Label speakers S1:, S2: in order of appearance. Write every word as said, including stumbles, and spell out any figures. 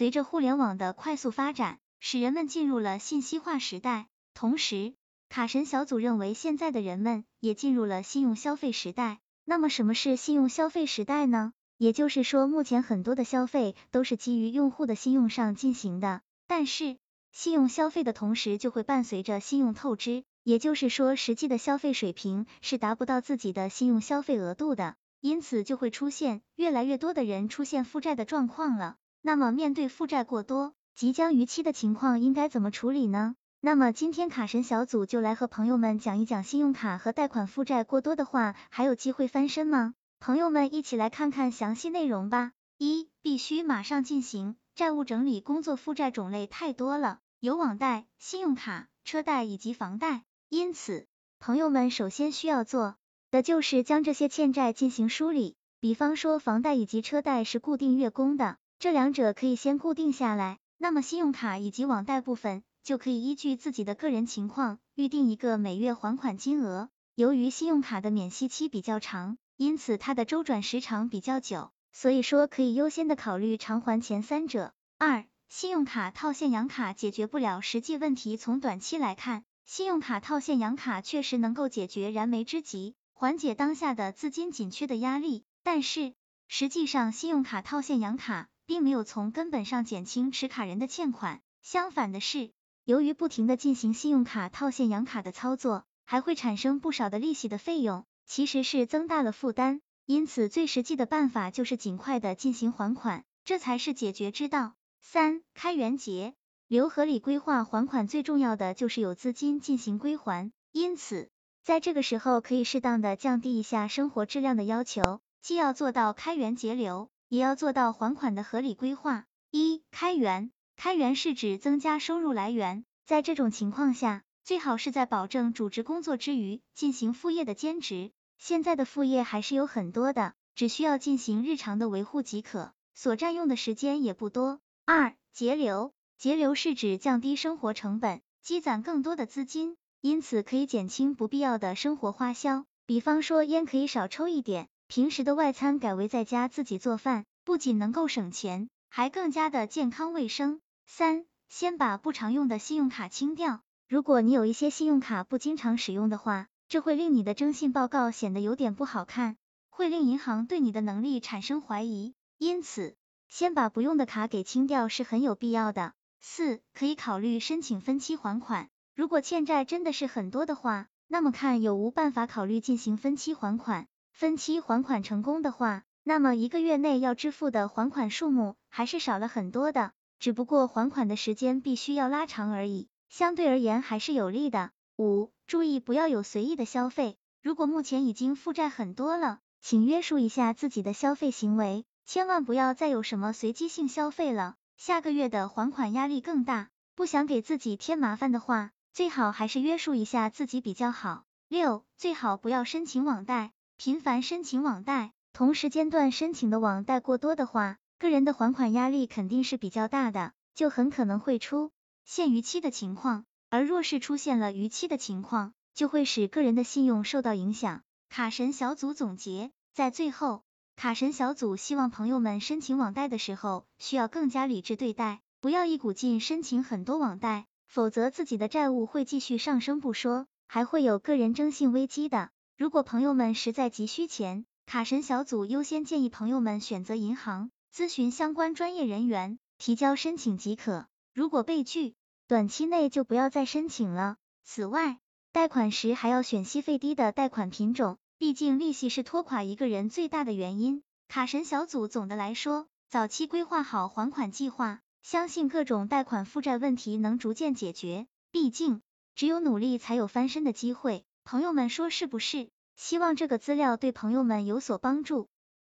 S1: 随着互联网的快速发展，使人们进入了信息化时代，同时，卡神小组认为现在的人们也进入了信用消费时代。那么什么是信用消费时代呢？也就是说，目前很多的消费都是基于用户的信用上进行的，但是信用消费的同时就会伴随着信用透支，也就是说实际的消费水平是达不到自己的信用消费额度的，因此就会出现越来越多的人出现负债的状况了。那么面对负债过多、即将逾期的情况应该怎么处理呢？那么今天卡神小组就来和朋友们讲一讲信用卡和贷款负债过多的话，还有机会翻身吗？朋友们一起来看看详细内容吧。一、必须马上进行债务整理工作，负债种类太多了，有网贷、信用卡、车贷以及房贷，因此，朋友们首先需要做的就是将这些欠债进行梳理。比方说房贷以及车贷是固定月供的，这两者可以先固定下来，那么信用卡以及网贷部分就可以依据自己的个人情况预定一个每月还款金额。由于信用卡的免息期比较长，因此它的周转时长比较久，所以说可以优先的考虑偿还前三者。二、信用卡套现养卡解决不了实际问题。从短期来看，信用卡套现养卡确实能够解决燃眉之急，缓解当下的资金紧缺的压力，但是实际上信用卡套现养卡并没有从根本上减轻持卡人的欠款，相反的是，由于不停的进行信用卡套现养卡的操作，还会产生不少的利息的费用，其实是增大了负担，因此最实际的办法就是尽快的进行还款，这才是解决之道。三、开源节流合理规划还款，最重要的就是有资金进行归还，因此，在这个时候可以适当的降低一下生活质量的要求，既要做到开源节流，也要做到还款的合理规划。一、开源，开源是指增加收入来源，在这种情况下，最好是在保证主职工作之余，进行副业的兼职。现在的副业还是有很多的，只需要进行日常的维护即可，所占用的时间也不多。二、节流，节流是指降低生活成本，积攒更多的资金，因此可以减轻不必要的生活花销，比方说烟可以少抽一点，平时的外餐改为在家自己做饭，不仅能够省钱，还更加的健康卫生。三、先把不常用的信用卡清掉，如果你有一些信用卡不经常使用的话，这会令你的征信报告显得有点不好看，会令银行对你的能力产生怀疑，因此，先把不用的卡给清掉是很有必要的。四、可以考虑申请分期还款，如果欠债真的是很多的话，那么看有无办法考虑进行分期还款。分期还款成功的话，那么一个月内要支付的还款数目还是少了很多的，只不过还款的时间必须要拉长而已，相对而言还是有利的。五、注意不要有随意的消费，如果目前已经负债很多了，请约束一下自己的消费行为，千万不要再有什么随机性消费了，下个月的还款压力更大，不想给自己添麻烦的话，最好还是约束一下自己比较好。六、最好不要申请网贷，频繁申请网贷，同时间段申请的网贷过多的话，个人的还款压力肯定是比较大的，就很可能会出现逾期的情况。而若是出现了逾期的情况，就会使个人的信用受到影响。卡神小组总结，在最后，卡神小组希望朋友们申请网贷的时候，需要更加理智对待，不要一股劲申请很多网贷，否则自己的债务会继续上升不说，还会有个人征信危机的。如果朋友们实在急需钱，卡神小组优先建议朋友们选择银行，咨询相关专业人员，提交申请即可。如果被拒，短期内就不要再申请了。此外，贷款时还要选息费低的贷款品种，毕竟利息是拖垮一个人最大的原因。卡神小组总的来说，早期规划好还款计划，相信各种贷款负债问题能逐渐解决，毕竟只有努力才有翻身的机会，朋友们说是不是？希望这个资料对朋友们有所帮助。